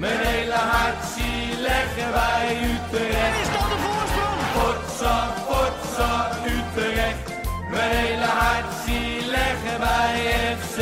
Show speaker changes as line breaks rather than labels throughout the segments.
Mijn hele hart zie leggen wij Utrecht.
Is dat de voorsprong?
Potsa, potsa, Utrecht. Mijn hele hart zie leggen wij FC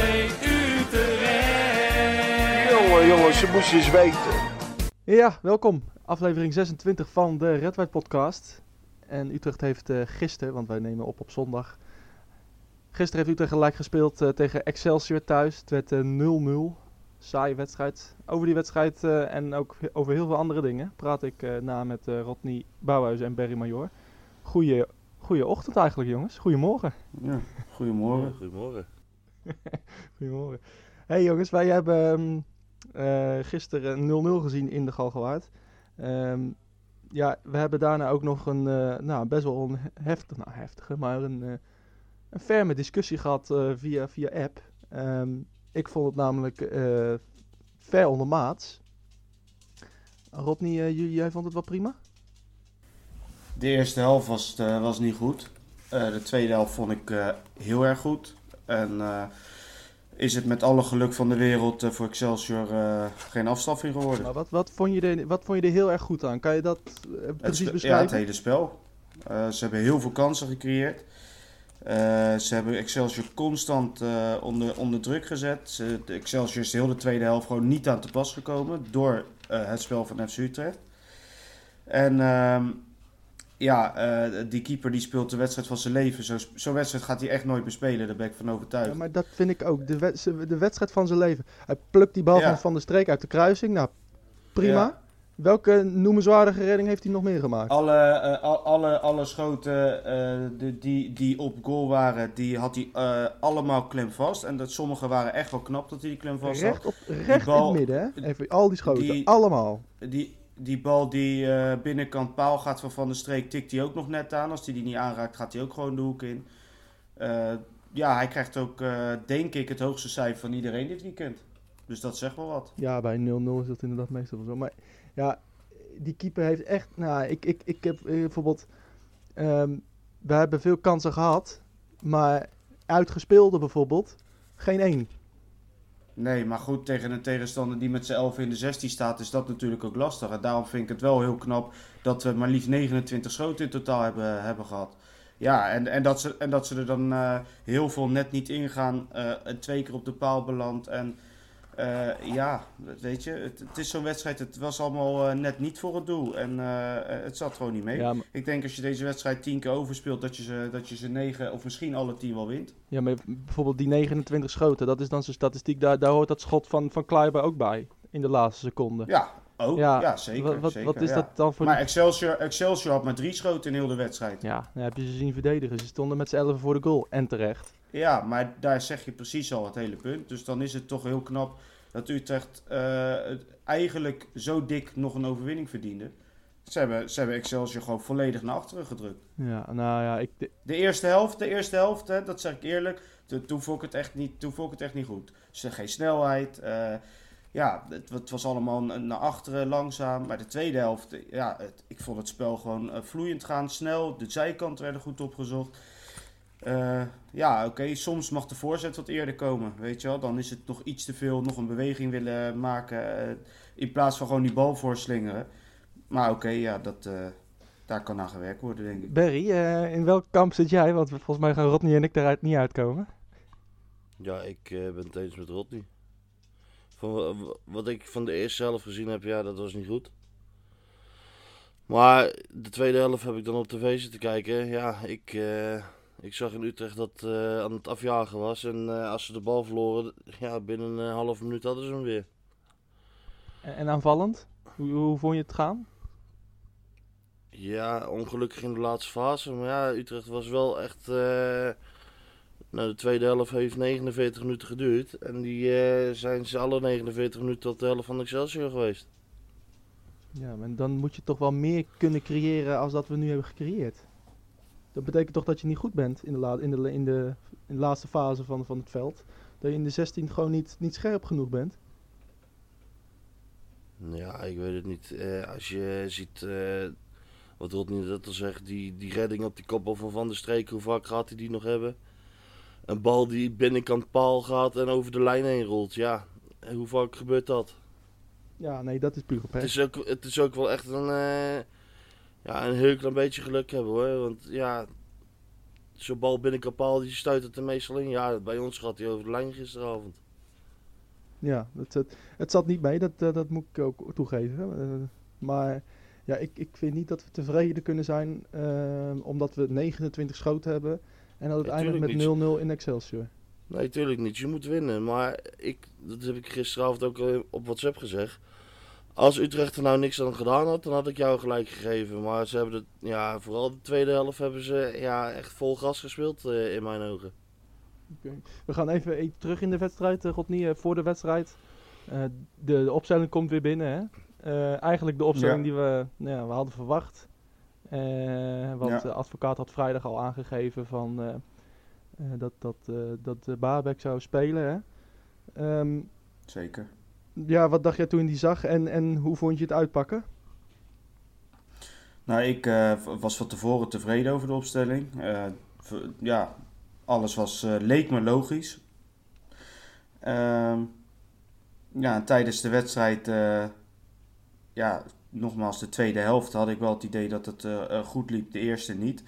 Utrecht.
Jongens, ze moesten eens weten.
Ja, welkom. Aflevering 26 van de Red White Podcast. En Utrecht heeft gisteren, want wij nemen op zondag. Gisteren heeft Utrecht gelijk gespeeld tegen Excelsior thuis. Het werd 0-0. Saaie wedstrijd. Over die wedstrijd en ook over heel veel andere dingen praat ik na met Rodney Bouwhuizen en Barry Major. Goeie ochtend eigenlijk, jongens. Goedemorgen.
Ja, goedemorgen.
Goedemorgen.
Goedemorgen. Hey jongens, wij hebben gisteren 0-0 gezien in de Galgenwaard. Ja, we hebben daarna ook nog een best wel een heftige, maar een ferme discussie gehad via app. Ik vond het namelijk ver ondermaats. Rodney, jij vond het wel prima?
De eerste helft was niet goed. De tweede helft vond ik heel erg goed. En is het met alle geluk van de wereld voor Excelsior geen afstraffing geworden.
Maar wat vond je er heel erg goed aan? Kan je dat precies beschrijven?
Ja, het hele spel. Ze hebben heel veel kansen gecreëerd. Ze hebben Excelsior constant onder druk gezet. De Excelsior is de hele tweede helft gewoon niet aan te pas gekomen door het spel van FC Utrecht. En die keeper die speelt de wedstrijd van zijn leven. Zo'n wedstrijd gaat hij echt nooit meer spelen, daar ben ik van overtuigd.
Ja, maar dat vind ik ook. De wedstrijd van zijn leven. Hij plukt die bal van de streek uit de kruising. Nou, prima. Ja. Welke noemenswaardige redding heeft hij nog meer gemaakt?
Alle schoten die op goal waren, die had hij allemaal klem vast. En sommige waren echt wel knap dat hij die klem vast had.
Recht in het midden, hè? Even, al die schoten, allemaal.
Die bal die binnenkant paal gaat van de streek, tikt hij ook nog net aan. Als hij die niet aanraakt, gaat hij ook gewoon de hoek in. Hij krijgt ook, denk ik, het hoogste cijfer van iedereen dit weekend. Dus dat zegt wel wat.
Ja, bij 0-0 is dat inderdaad meestal wel zo. Maar ja, die keeper heeft echt... Nou, ik heb bijvoorbeeld... we hebben veel kansen gehad, maar uitgespeelde bijvoorbeeld, geen één.
Nee, maar goed, tegen een tegenstander die met z'n 11 in de 16 staat, is dat natuurlijk ook lastig. En daarom vind ik het wel heel knap dat we maar liefst 29 schoten in totaal hebben gehad. Ja, en dat ze er dan heel veel net niet ingaan, 2 keer op de paal beland. En weet je, het is zo'n wedstrijd, het was allemaal net niet voor het doel. En het zat gewoon niet mee. Ja, ik denk als je deze wedstrijd 10 keer overspeelt, dat je ze 9 of misschien alle 10 wel wint.
Ja, maar bijvoorbeeld die 29 schoten, dat is dan zijn statistiek, daar hoort dat schot van Kleiber ook bij, in de laatste seconde.
Ja, ook. Ja, zeker.
Wat is dat dan voor...
Maar Excelsior had maar 3 schoten in heel de wedstrijd.
Ja, dan heb je ze zien verdedigen. Ze stonden met z'n 11 voor de goal. En terecht.
Ja, maar daar zeg je precies al het hele punt. Dus dan is het toch heel knap dat Utrecht eigenlijk zo dik nog een overwinning verdiende. Ze hebben Excelsior gewoon volledig naar achteren gedrukt.
Ja, nou ja,
De eerste helft, hè, dat zeg ik eerlijk, toen vond ik het echt niet goed. Dus geen snelheid. Het was allemaal naar achteren, langzaam. Maar de tweede helft, ik vond het spel gewoon vloeiend gaan, snel. De zijkanten werden goed opgezocht. Soms mag de voorzet wat eerder komen, weet je wel. Dan is het nog iets te veel, nog een beweging willen maken, in plaats van gewoon die bal voorslingeren. Maar daar kan aan gewerkt worden, denk ik.
Barry, in welk kamp zit jij? Want volgens mij gaan Rodney en ik daaruit niet uitkomen.
Ja, ik ben het eens met Rodney. Wat ik van de eerste helft gezien heb, ja, dat was niet goed. Maar de tweede helft heb ik dan op tv zitten kijken. Ja, ik zag in Utrecht dat aan het afjagen was. En als ze de bal verloren, ja, binnen een half minuut hadden ze hem weer.
En aanvallend? Hoe vond je het gaan?
Ja, ongelukkig in de laatste fase. Maar ja, Utrecht was wel echt... de tweede helft heeft 49 minuten geduurd. En die zijn ze alle 49 minuten tot de helft van Excelsior geweest.
Ja, maar dan moet je toch wel meer kunnen creëren als dat we nu hebben gecreëerd. Dat betekent toch dat je niet goed bent in de laatste fase van het veld. Dat je in de 16 gewoon niet scherp genoeg bent.
Ja, ik weet het niet. Als je ziet wat Rodney net al zegt, die redding op die koppel van Van der Streek, hoe vaak gaat hij die nog hebben? Een bal die binnenkant paal gaat en over de lijn heen rolt. Ja, hoe vaak gebeurt dat?
Ja, nee, dat is puur op
Het is ook wel echt een heel klein beetje geluk hebben hoor. Want ja, zo'n bal binnen kapaal, die stuit het er meestal in. Ja, bij ons gaat hij over de lijn gisteravond.
Ja, het zat niet mee, dat moet ik ook toegeven. Maar ja, ik vind niet dat we tevreden kunnen zijn omdat we 29 schoten hebben en dat het eindigt met 0-0 in Excelsior.
Nee, tuurlijk niet. Je moet winnen. Maar dat heb ik gisteravond ook op WhatsApp gezegd. Als Utrecht er nou niks aan gedaan had, dan had ik jou gelijk gegeven. Maar ze hebben vooral de tweede helft hebben ze echt vol gas gespeeld in mijn ogen.
Okay. We gaan even terug in de wedstrijd, Rodney, voor de wedstrijd. De opstelling komt weer binnen, hè? Eigenlijk de opstelling die we hadden verwacht. De advocaat had vrijdag al aangegeven van dat Babek zou spelen, hè?
Zeker.
Ja, wat dacht jij toen je die zag en hoe vond je het uitpakken?
Nou, ik was van tevoren tevreden over de opstelling. Alles leek me logisch. Tijdens de wedstrijd, nogmaals de tweede helft had ik wel het idee dat het goed liep, de eerste niet.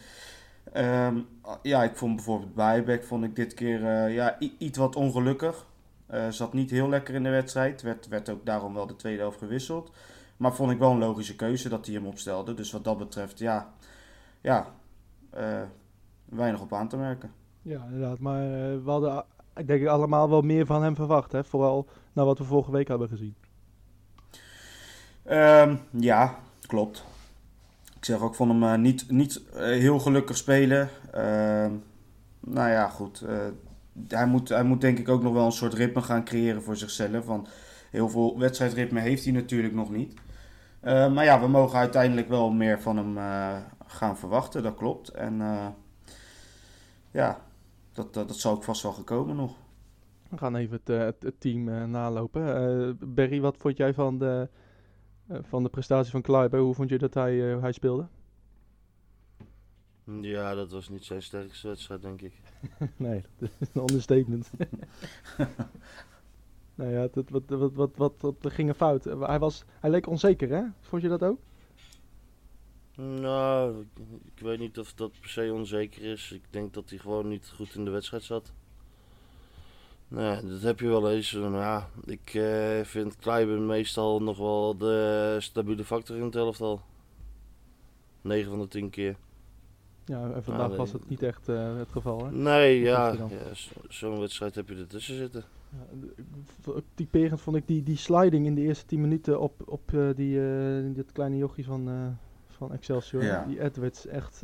Ik vond bijvoorbeeld Babek dit keer iets wat ongelukkig. Zat niet heel lekker in de wedstrijd. Werd ook daarom wel de tweede helft gewisseld. Maar vond ik wel een logische keuze dat hij hem opstelde. Dus wat dat betreft, weinig op aan te merken.
Ja, inderdaad. Maar we hadden, ik denk allemaal wel meer van hem verwacht. Hè? Vooral naar wat we vorige week hebben gezien.
Ja, klopt. Ik zeg ook, ik vond hem niet heel gelukkig spelen. Goed. Hij moet denk ik ook nog wel een soort ritme gaan creëren voor zichzelf. Want heel veel wedstrijdritme heeft hij natuurlijk nog niet. We mogen uiteindelijk wel meer van hem gaan verwachten, dat klopt. En dat zal ook vast wel gekomen nog.
We gaan even het team nalopen. Berry, wat vond jij van de prestatie van Kleiber? Hoe vond je dat hij speelde?
Ja, dat was niet zijn sterkste wedstrijd, denk ik.
Nee, dat is een understatement. Nou ja, wat ging er fout? Hij leek onzeker, hè? Vond je dat ook?
Nou, ik weet niet of dat per se onzeker is. Ik denk dat hij gewoon niet goed in de wedstrijd zat. Nee, dat heb je wel eens. Ik vind Kleiber meestal nog wel de stabiele factor in het elftal. 9 van de 10 keer.
Ja, en vandaag was het niet echt het geval, hè?
Nee, zo'n wedstrijd heb je ertussen zitten.
Ja, typerend vond ik die sliding in de eerste 10 minuten op dit kleine jochie van Excelsior. Ja. Die Edwards, echt...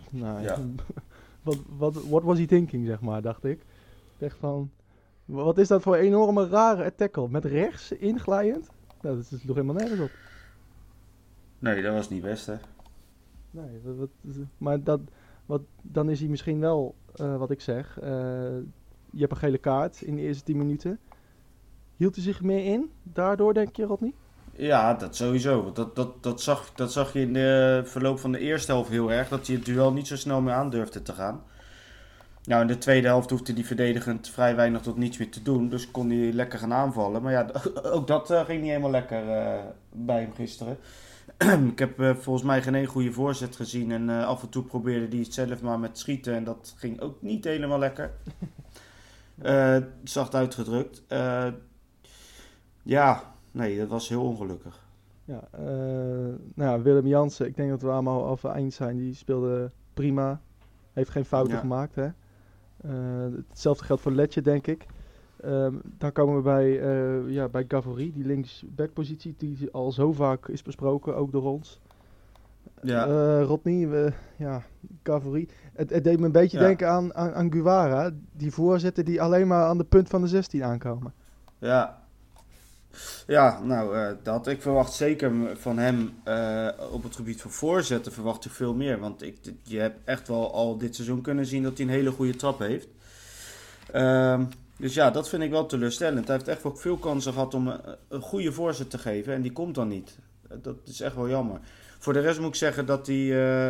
What was he thinking, zeg maar, dacht ik. Echt van... Wat is dat voor een enorme rare tackle? Met rechts, inglijend? Nou, dat is nog helemaal nergens op.
Nee, dat was niet best, hè?
Nee, maar dan is hij misschien wel, wat ik zeg, je hebt een gele kaart in de eerste 10 minuten. Hield hij zich meer in, daardoor denk je, Rodney?
Ja, dat sowieso. Dat zag je in de verloop van de eerste helft heel erg, dat hij het duel niet zo snel meer aandurfde te gaan. Nou, in de tweede helft hoefde hij verdedigend vrij weinig tot niets meer te doen, dus kon hij lekker gaan aanvallen. Maar ja, ook dat ging niet helemaal lekker bij hem gisteren. Ik heb volgens mij geen één goede voorzet gezien en af en toe probeerde hij het zelf maar met schieten en dat ging ook niet helemaal lekker. Zacht uitgedrukt. Dat was heel ongelukkig.
Ja, Willem Jansen, ik denk dat we allemaal over eens zijn, die speelde prima. Heeft geen fouten gemaakt, hè. Hetzelfde geldt voor Letje, denk ik. Dan komen we bij Gavory, die linksbackpositie die al zo vaak is besproken, ook door ons. Ja. Rodney, Gavory. Het deed me een beetje denken aan Guevara, die voorzetten die alleen maar aan de punt van de 16 aankomen.
Ik verwacht zeker van hem op het gebied van voorzetten verwacht ik veel meer. Want je hebt echt wel al dit seizoen kunnen zien dat hij een hele goede trap heeft. Dus ja, dat vind ik wel teleurstellend. Hij heeft echt ook veel kansen gehad om een goede voorzet te geven en die komt dan niet. Dat is echt wel jammer. Voor de rest moet ik zeggen dat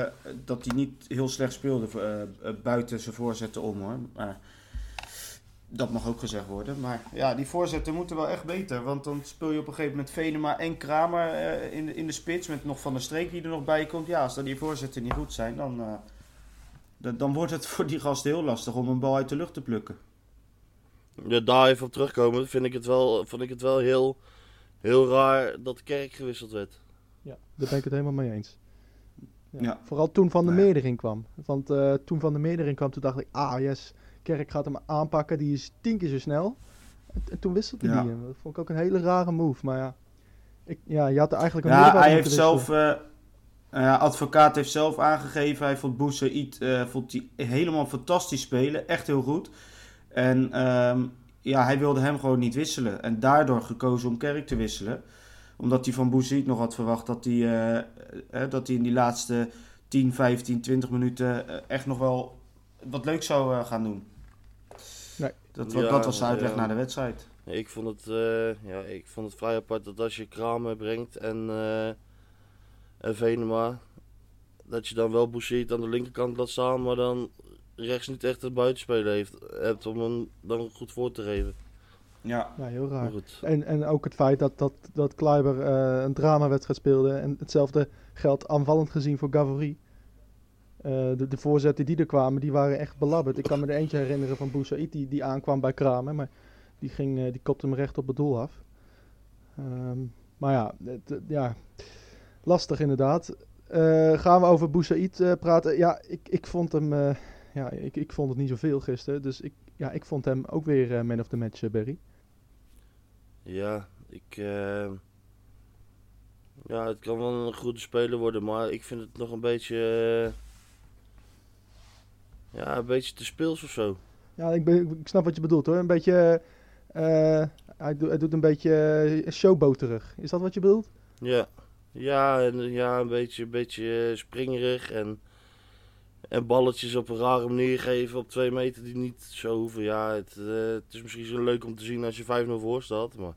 hij niet heel slecht speelde buiten zijn voorzetten om, hoor. Maar Dat mag ook gezegd worden. Maar ja, die voorzetten moeten wel echt beter. Want dan speel je op een gegeven moment Venema en Kramer in de spits. Met nog Van der Streek die er nog bij komt. Ja, als dan die voorzetten niet goed zijn, dan wordt het voor die gasten heel lastig om een bal uit de lucht te plukken.
Ja, daar even op terugkomen, vond ik het wel heel, heel raar dat Kerk gewisseld werd.
Ja, daar ben ik het helemaal mee eens.
Ja.
Vooral toen Van der
Nou ja.
Meer erin kwam. Want toen Van der Meer erin kwam, toen dacht ik, yes, Kerk gaat hem aanpakken, die is 10 keer zo snel. En toen wisselde hij hem. Dat vond ik ook een hele rare move, maar ja. Je had er eigenlijk een
Ja, hij heeft zelf... Advocaat heeft zelf aangegeven, hij vond Boussaïd helemaal fantastisch spelen. Echt heel goed. En hij wilde hem gewoon niet wisselen. En daardoor gekozen om Kerk te wisselen. Omdat hij van Boussaïd nog had verwacht dat hij in die laatste 10, 15, 20 minuten echt nog wel wat leuks zou gaan doen.
Nee.
Dat was de uitleg na de wedstrijd.
Ik vond het vrij apart dat als je Kramer brengt en Venema, dat je dan wel Boussaïd aan de linkerkant laat staan, maar dan rechts niet echt het buitenspelen hebt om hem dan goed voor te geven.
Ja,
heel raar.
Goed.
En ook het feit dat Kluiber een dramawedstrijd speelde. En hetzelfde geldt aanvallend gezien voor Gavory. De voorzetten die er kwamen, die waren echt belabberd. Ik kan me er eentje herinneren van Boussaïd die aankwam bij Kramer. Maar die kopte hem recht op het doel af. Maar ja, lastig inderdaad. Gaan we over Boussaïd praten? Ja, ik vond hem... ik vond het niet zoveel gisteren. Dus ik vond hem ook weer man of the match, Berry.
Ja, het kan wel een goede speler worden, maar ik vind het nog een beetje... een beetje te speels of zo.
Ja, ik snap wat je bedoelt hoor. Een beetje... hij doet een beetje showboterig. Is dat wat je bedoelt?
Ja, een beetje springerig en balletjes op een rare manier geven op 2 meter die niet zo hoeven. Ja, het is misschien zo leuk om te zien als je 5-0 voor staat, maar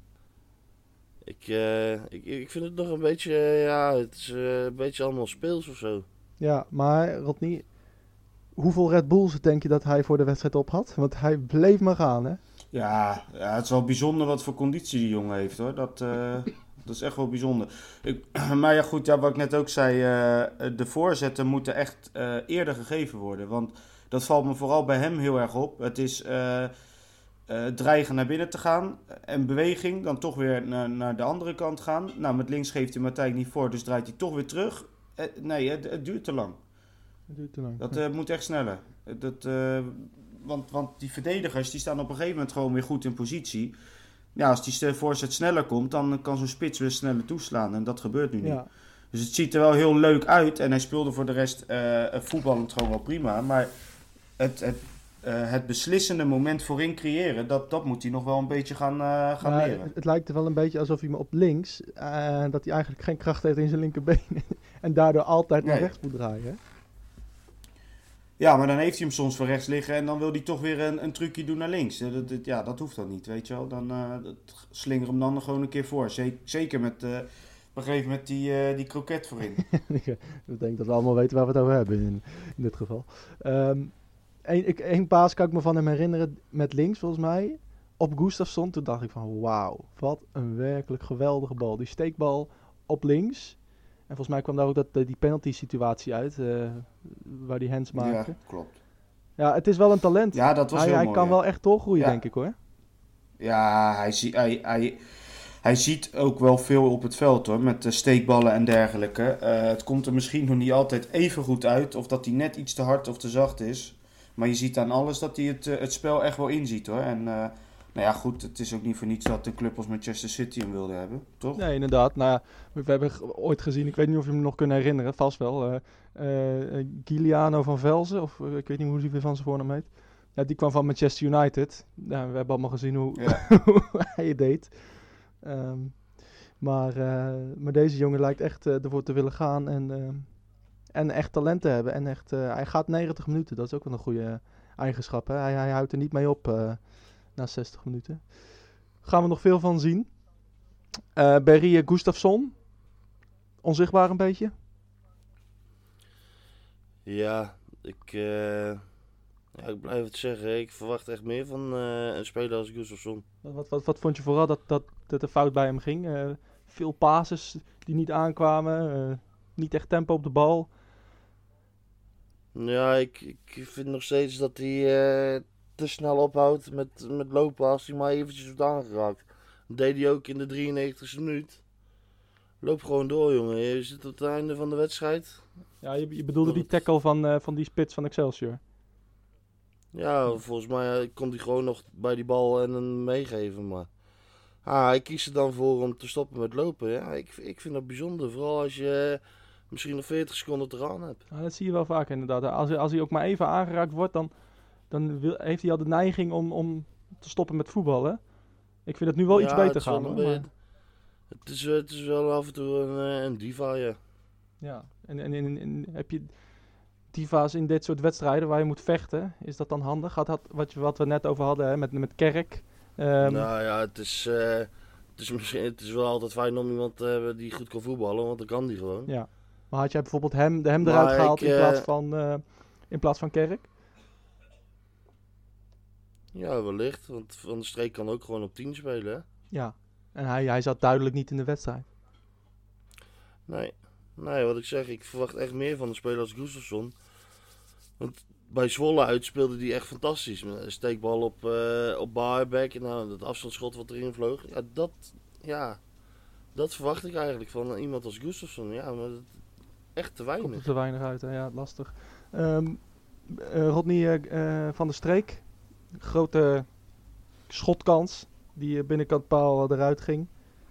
ik vind het nog een beetje, het is een beetje allemaal speels of zo.
Ja, maar Rodney, hoeveel Red Bulls denk je dat hij voor de wedstrijd op had? Want hij bleef maar gaan, hè?
Ja, het is wel bijzonder wat voor conditie die jongen heeft, hoor. Dat is echt wel bijzonder. Maar ja, goed, wat ik net ook zei, de voorzetten moeten echt eerder gegeven worden. Want dat valt me vooral bij hem heel erg op. Het is dreigen naar binnen te gaan en beweging, dan toch weer naar de andere kant gaan. Nou, met links geeft hij Matthijs niet voor, dus draait hij toch weer terug. Nee, het duurt te lang.
Het duurt te lang.
Dat moet echt sneller. Want die verdedigers die staan op een gegeven moment gewoon weer goed in positie. Ja, als die voorzet sneller komt, dan kan zo'n spits weer sneller toeslaan. En dat gebeurt nu niet.
Ja.
Dus het ziet er wel heel leuk uit. En hij speelde voor de rest voetballend gewoon wel prima. Maar het beslissende moment voorin creëren, dat moet hij nog wel een beetje gaan leren.
Het lijkt er wel een beetje alsof hij me op links, dat hij eigenlijk geen kracht heeft in zijn linkerbeen. En daardoor altijd naar rechts moet draaien. Hè?
Ja, maar dan heeft hij hem soms voor rechts liggen en dan wil hij toch weer een trucje doen naar links. Dat hoeft dan niet, weet je wel. Dan slinger hem dan gewoon een keer voor. Zeker met op een gegeven moment die kroket voorin.
Ik denk dat we allemaal weten waar we het over hebben in dit geval. Eén paas kan ik me van hem herinneren met links volgens mij. Op Gustafsson, toen dacht ik van wauw, wat een werkelijk geweldige bal. Die steekbal op links. En volgens mij kwam daar ook die penalty situatie uit, waar die hands maakte.
Ja, klopt.
Ja, het is wel een talent.
Ja, dat was heel mooi.
Hij kan wel echt doorgroeien, denk ik hoor.
Ja, hij ziet ook wel veel op het veld hoor, met steekballen en dergelijke. Het komt er misschien nog niet altijd even goed uit, of dat hij net iets te hard of te zacht is. Maar je ziet aan alles dat hij het spel echt wel inziet hoor. En nou ja, goed, het is ook niet voor niets dat een club als Manchester City hem wilde hebben, toch?
Nee, inderdaad. Nou ja, we hebben ooit gezien, ik weet niet of je hem nog kunt herinneren, vast wel. Giuliano van Velzen, of ik weet niet hoe hij van zijn voornaam heet. Ja, die kwam van Manchester United. Ja, we hebben allemaal gezien hoe hij het deed. Maar deze jongen lijkt echt ervoor te willen gaan en echt talent te hebben. En echt, hij gaat 90 minuten, dat is ook wel een goede eigenschap. Hè? Hij houdt er niet mee op na 60 minuten. Gaan we nog veel van zien. Berry Gustafsson. Onzichtbaar een beetje.
Ja, Ja, ik blijf het zeggen. Ik verwacht echt meer van een speler als Gustafsson.
Wat vond je vooral dat er fout bij hem ging? Veel passes die niet aankwamen. Niet echt tempo op de bal.
Ja, ik vind nog steeds dat hij te snel ophoudt met lopen als hij maar eventjes wordt aangeraakt. Dat deed hij ook in de 93e minuut. Loop gewoon door, jongen. Je zit op het einde van de wedstrijd.
Ja, je bedoelde die tackle van die spits van Excelsior.
Ja, volgens mij kon hij gewoon nog bij die bal en hem meegeven. Maar hij kiest er dan voor om te stoppen met lopen. Ja, ik vind dat bijzonder. Vooral als je misschien nog 40 seconden te gaan hebt.
Ja, dat zie je wel vaak inderdaad. Als hij ook maar even aangeraakt wordt, dan heeft hij al de neiging om te stoppen met voetballen. Ik vind het nu wel iets beter gaan. Hoor, maar...
Het is wel af en toe een diva, ja.
Ja, en heb je diva's in dit soort wedstrijden waar je moet vechten? Is dat dan handig? Wat we net over hadden hè, met Kerk.
Nou ja, het is wel altijd fijn om iemand te hebben die goed kan voetballen, want dan kan die gewoon.
Ja. Maar had jij bijvoorbeeld hem eruit gehaald in plaats van Kerk?
Ja, wellicht. Want Van der Streek kan ook gewoon op 10 spelen, hè?
Ja. En hij zat duidelijk niet in de wedstrijd.
Nee, wat ik zeg, ik verwacht echt meer van de speler als Gustafsson. Want bij Zwolle uit speelde hij echt fantastisch. Met een steekbal op Baerbeek en nou, dat afstandsschot wat erin vloog. Dat verwacht ik eigenlijk van iemand als Gustafsson. Ja, maar echt te weinig.
Komt er te weinig uit, hè? Ja, lastig. Rodney van der Streek. Grote schotkans die binnenkant paal eruit ging.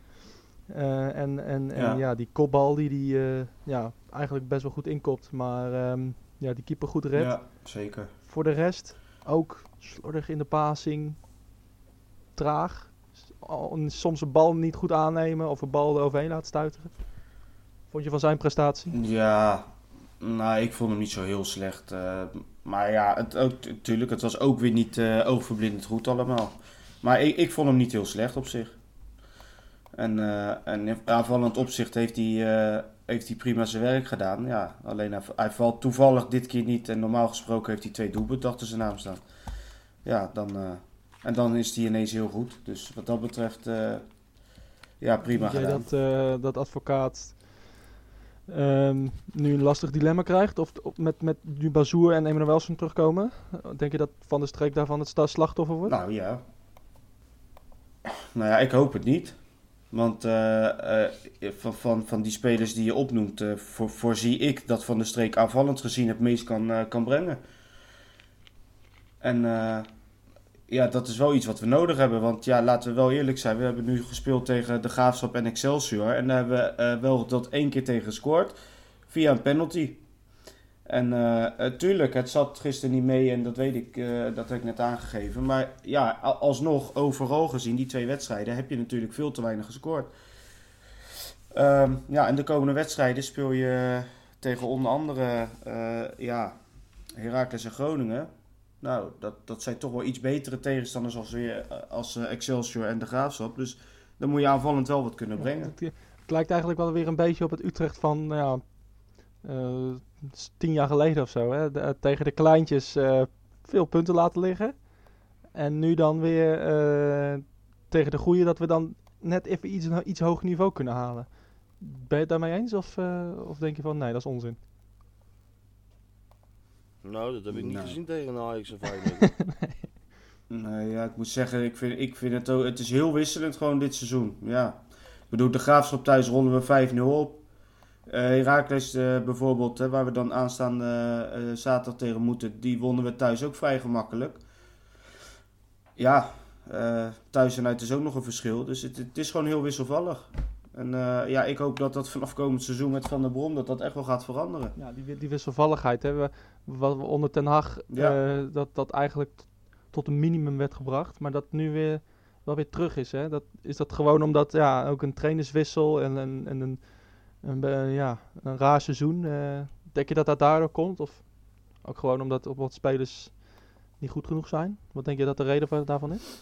En die kopbal die eigenlijk best wel goed inkopt. Maar die keeper goed redt.
Ja, zeker.
Voor de rest ook slordig in de passing. Traag. Soms een bal niet goed aannemen of een bal eroverheen laten stuiteren. Vond je van zijn prestatie?
Ja, nou ik vond hem niet zo heel slecht. Maar ja, het was ook weer niet oogverblindend goed allemaal. Maar ik vond hem niet heel slecht op zich. En in aanvallend opzicht heeft hij prima zijn werk gedaan. Ja, alleen hij valt toevallig dit keer niet. En normaal gesproken heeft hij 2 doelpunten achter zijn naam staan. Ja, dan is hij ineens heel goed. Dus wat dat betreft, prima gedaan.
Dat Advocaat nu een lastig dilemma krijgt? Of met nu Bazoer en Emmanuelson terugkomen? Denk je dat Van der Streek daarvan het slachtoffer wordt?
Nou ja, ik hoop het niet. Want van die spelers die je opnoemt, voorzie ik dat Van der Streek aanvallend gezien het meest kan brengen. En dat is wel iets wat we nodig hebben. Want ja, laten we wel eerlijk zijn. We hebben nu gespeeld tegen de Graafschap en Excelsior. En daar hebben we wel dat 1 keer tegen gescoord. Via een penalty. En tuurlijk, het zat gisteren niet mee en dat weet ik, dat heb ik net aangegeven. Maar ja, alsnog, overal gezien, die 2 wedstrijden, heb je natuurlijk veel te weinig gescoord. En de komende wedstrijden speel je tegen onder andere Heracles en Groningen. Nou, dat zijn toch wel iets betere tegenstanders als Excelsior en de Graafschap. Dus dan moet je aanvallend wel wat kunnen brengen.
Het lijkt eigenlijk wel weer een beetje op het Utrecht van 10 jaar geleden of zo. Hè? Tegen de kleintjes veel punten laten liggen. En nu dan weer tegen de goeie dat we dan net even iets hoger niveau kunnen halen. Ben je het daarmee eens of denk je van nee, dat is onzin?
Nou, dat heb ik niet gezien tegen Ajax en Feyenoord.
Nee, ja, ik moet zeggen, ik vind het ook, het is heel wisselend gewoon dit seizoen. Ja. Ik bedoel, de Graafschap thuis rollen we 5-0 op. Heracles bijvoorbeeld, waar we dan aanstaande zaterdag tegen moeten, die wonnen we thuis ook vrij gemakkelijk. Ja, thuis en uit is ook nog een verschil. Dus het is gewoon heel wisselvallig. En ik hoop dat vanaf komend seizoen met Van der Brom dat echt wel gaat veranderen.
Ja, die wisselvalligheid, hè, wat we onder Ten Hag, dat eigenlijk tot een minimum werd gebracht. Maar dat nu wel weer terug is. Hè? Is dat gewoon omdat ook een trainerswissel en een raar seizoen. Denk je dat daardoor komt? Of ook gewoon omdat wat spelers niet goed genoeg zijn? Wat denk je dat de reden daarvan is?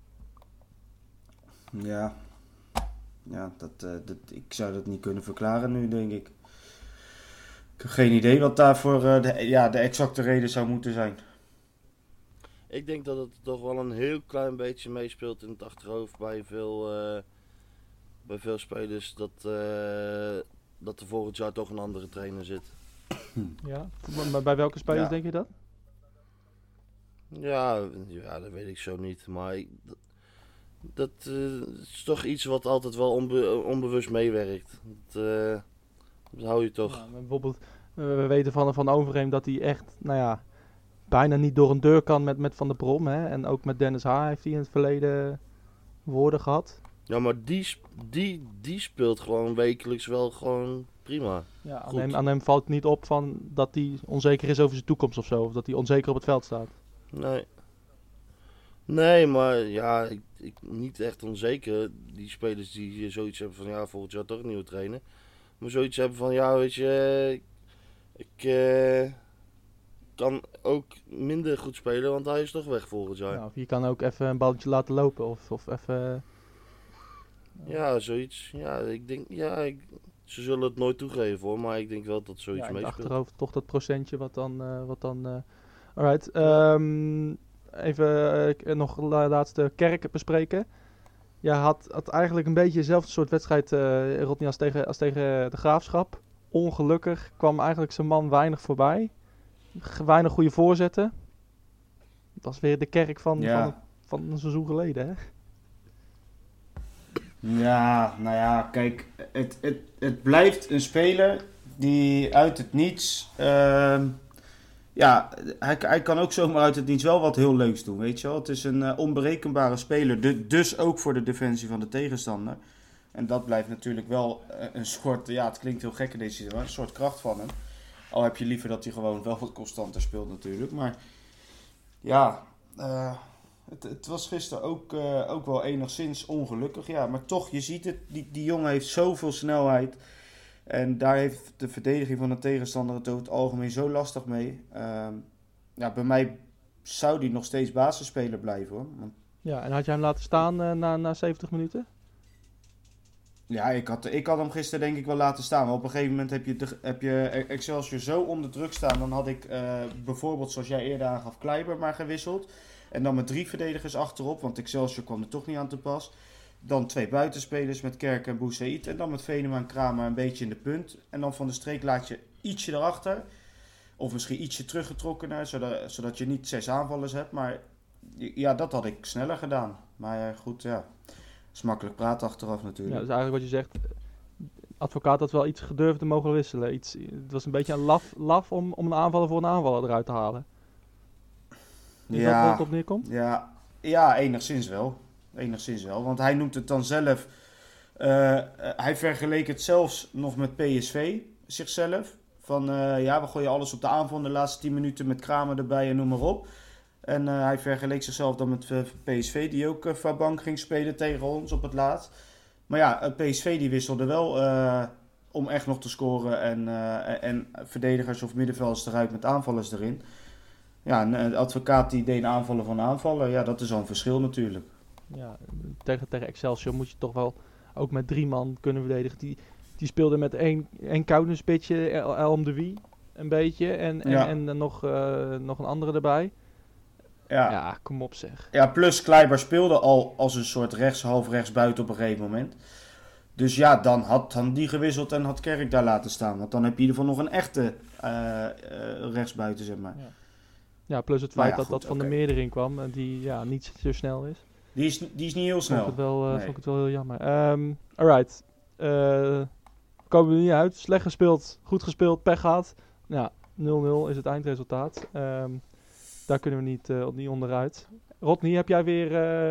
Ja, ik zou dat niet kunnen verklaren nu, denk ik. Ik heb geen idee wat daarvoor de exacte reden zou moeten zijn.
Ik denk dat het toch wel een heel klein beetje meespeelt in het achterhoofd bij veel spelers dat er volgend jaar toch een andere trainer zit.
Ja, maar bij welke spelers
Ja.
denk je dat?
Ja, dat weet ik zo niet. Maar dat is toch iets wat altijd wel onbewust meewerkt. Dat hou je toch.
Ja, maar bijvoorbeeld, we weten van Overheem dat hij echt, nou ja, bijna niet door een deur kan met Van der Brom. Hè? En ook met Dennis Haar heeft hij in het verleden woorden gehad.
Ja, maar die speelt gewoon wekelijks wel gewoon prima.
Ja,
Goed.
aan hem valt niet op van dat hij onzeker is over zijn toekomst of zo. Of dat hij onzeker op het veld staat.
Nee. Nee, maar ja, ik niet echt onzeker. Die spelers die zoiets hebben van ja, volgend jaar toch een nieuwe trainer. Maar zoiets hebben van ja, weet je, ik kan ook minder goed spelen, want hij is toch weg volgend jaar.
Ja, of je kan ook even een balletje laten lopen. Of even...
Ja, zoiets. Ja, ik denk, ze zullen het nooit toegeven hoor, maar ik denk wel dat zoiets
Ja, in het
meespeelt.
achterhoofd toch dat procentje wat dan... Alright, even nog de laatste Kerk bespreken. Je had eigenlijk een beetje dezelfde soort wedstrijd, Rodney, als tegen de Graafschap. Ongelukkig kwam eigenlijk zijn man weinig voorbij. Weinig goede voorzetten. Dat is weer de Kerk van een seizoen geleden, hè?
Ja, nou ja, kijk, het blijft een speler die uit het niets... hij kan ook zomaar uit het niets wel wat heel leuks doen, weet je wel. Het is een onberekenbare speler, dus ook voor de defensie van de tegenstander. En dat blijft natuurlijk wel een soort, ja, het klinkt heel gek in deze zin, maar een soort kracht van hem. Al heb je liever dat hij gewoon wel wat constanter speelt natuurlijk. Maar ja, het was gisteren ook wel enigszins ongelukkig. Ja, maar toch, je ziet het, die jongen heeft zoveel snelheid. En daar heeft de verdediging van de tegenstander het over het algemeen zo lastig mee. Bij mij zou die nog steeds basisspeler blijven hoor. Want,
Ja, en had jij hem laten staan na 70 minuten?
ja, ik had hem gisteren denk ik wel laten staan. Maar op een gegeven moment heb je Excelsior zo onder druk staan. Dan had ik bijvoorbeeld, zoals jij eerder aangaf, Kleiber maar gewisseld. En dan met 3 verdedigers achterop, want Excelsior kwam er toch niet aan te pas. Dan 2 buitenspelers met Kerk en Boussaïd. En dan met Venema en Kramer een beetje in de punt. En dan Van der Streek laat je ietsje erachter. Of misschien ietsje teruggetrokkener, zodat je niet 6 aanvallers hebt. Maar ja, dat had ik sneller gedaan. Maar goed, ja. Dat is makkelijk praten achteraf natuurlijk.
Ja, dus eigenlijk wat je zegt, Advocaat had wel iets gedurfd te mogen wisselen. Het was een beetje een laf om een aanvaller voor een aanvaller eruit te halen. Is dat waar het op neerkomt?
Ja, enigszins wel. Enigszins wel, want hij noemt het dan zelf... hij vergeleek het zelfs nog met PSV, zichzelf. Van, we gooien alles op de aanval in de laatste 10 minuten met Kramer erbij en noem maar op. En hij vergeleek zichzelf dan met PSV, die ook Fabank ging spelen tegen ons op het laatst. Maar ja, PSV die wisselde wel om echt nog te scoren en verdedigers of middenvelders eruit met aanvallers erin. Ja, een Advocaat die deed een aanvallen van een aanvaller. Ja, dat is al een verschil natuurlijk.
Ja, tegen Excelsior moet je toch wel ook met 3 man kunnen verdedigen. Die speelde met één counterspitje, El de Wie, een beetje. En nog een andere erbij. Ja, kom op zeg.
Ja, plus Kleiber speelde al als een soort half rechts buiten op een gegeven moment. Dus ja, dan had die gewisseld en had Kerk daar laten staan. Want dan heb je in ieder geval nog een echte rechtsbuiten, zeg maar.
Ja, plus het feit dat
goed,
Van der Meer erin kwam en die niet zo snel is.
Die is niet heel snel.
Vond ik het wel heel jammer. Alright. Komen we er niet uit. Slecht gespeeld, goed gespeeld, pech gehad. Ja, 0-0 is het eindresultaat. Daar kunnen we niet onderuit. Rodney, heb jij weer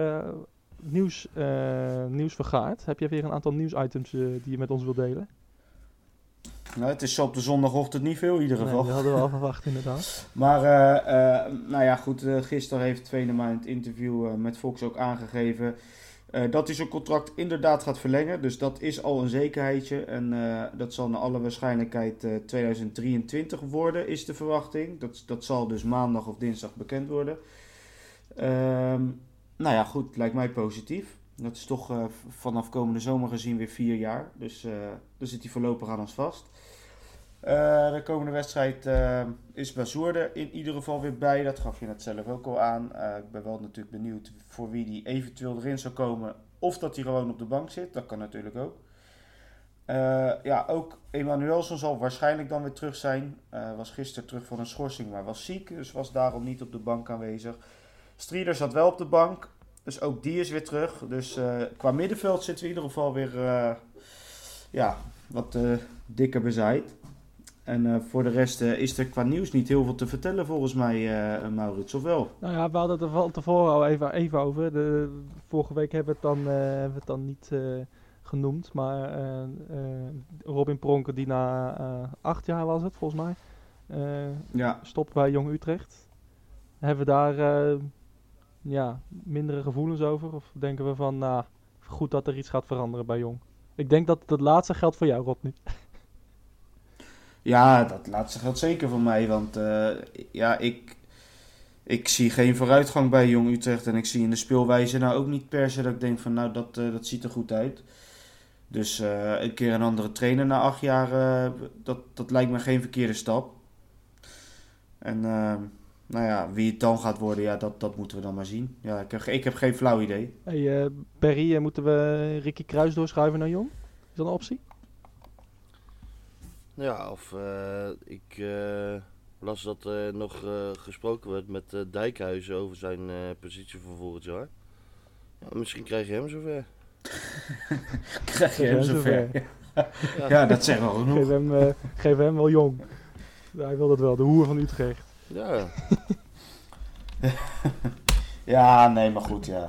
nieuws vergaard? Heb jij weer een aantal nieuwsitems die je met ons wilt delen?
Nou, het is zo op de zondagochtend niet veel in ieder geval.
Nee, dat hadden we al verwacht inderdaad.
Maar goed, gisteren heeft Venema in het interview met Fox ook aangegeven dat hij zijn contract inderdaad gaat verlengen. Dus dat is al een zekerheidje. En dat zal naar alle waarschijnlijkheid 2023 worden, is de verwachting. Dat zal dus maandag of dinsdag bekend worden. Goed, lijkt mij positief. Dat is toch vanaf komende zomer gezien weer 4 jaar. Dus dan zit hij voorlopig aan ons vast. De komende wedstrijd is Bazoer er in ieder geval weer bij. Dat gaf je net zelf ook al aan. Ik ben wel natuurlijk benieuwd voor wie die eventueel erin zou komen. Of dat hij gewoon op de bank zit. Dat kan natuurlijk ook. Ook Emanuelson zal waarschijnlijk dan weer terug zijn. Was gisteren terug van een schorsing, maar was ziek. Dus was daarom niet op de bank aanwezig. Strieder zat wel op de bank. Dus ook die is weer terug. Dus qua middenveld zitten we in ieder geval weer wat dikker bezaaid. En voor de rest is er qua nieuws niet heel veel te vertellen volgens mij, Maurits, of wel?
Nou ja, we hadden het er van tevoren al even over. Vorige week hebben we het dan niet genoemd. Maar Robin Pronker, die na 8 jaar was het volgens mij, stopt bij Jong Utrecht. Hebben we daar mindere gevoelens over? Of denken we van, goed dat er iets gaat veranderen bij Jong? Ik denk dat het laatste geldt voor jou, Rodney.
Ja, dat laatste geldt zeker voor mij. Want ik zie geen vooruitgang bij Jong Utrecht. En ik zie in de speelwijze nou ook niet per se dat ik denk van dat ziet er goed uit. Dus een keer een andere trainer na 8 jaar, dat lijkt me geen verkeerde stap. En wie het dan gaat worden, dat moeten we dan maar zien. Ja, ik heb geen flauw idee.
Hey, Perry, moeten we Ricky Kruis doorschuiven naar Jong? Is dat een optie?
Ja, of ik las dat er nog gesproken werd met Dijkhuizen over zijn positie voor volgend jaar. Ja, misschien krijg je hem zover.
Krijg je hem zover? Ja, dat zegt wel genoeg.
Geef hem wel Jong. Hij wil dat wel, de hoer van Utrecht.
Ja.
Ja, nee, maar goed, ja.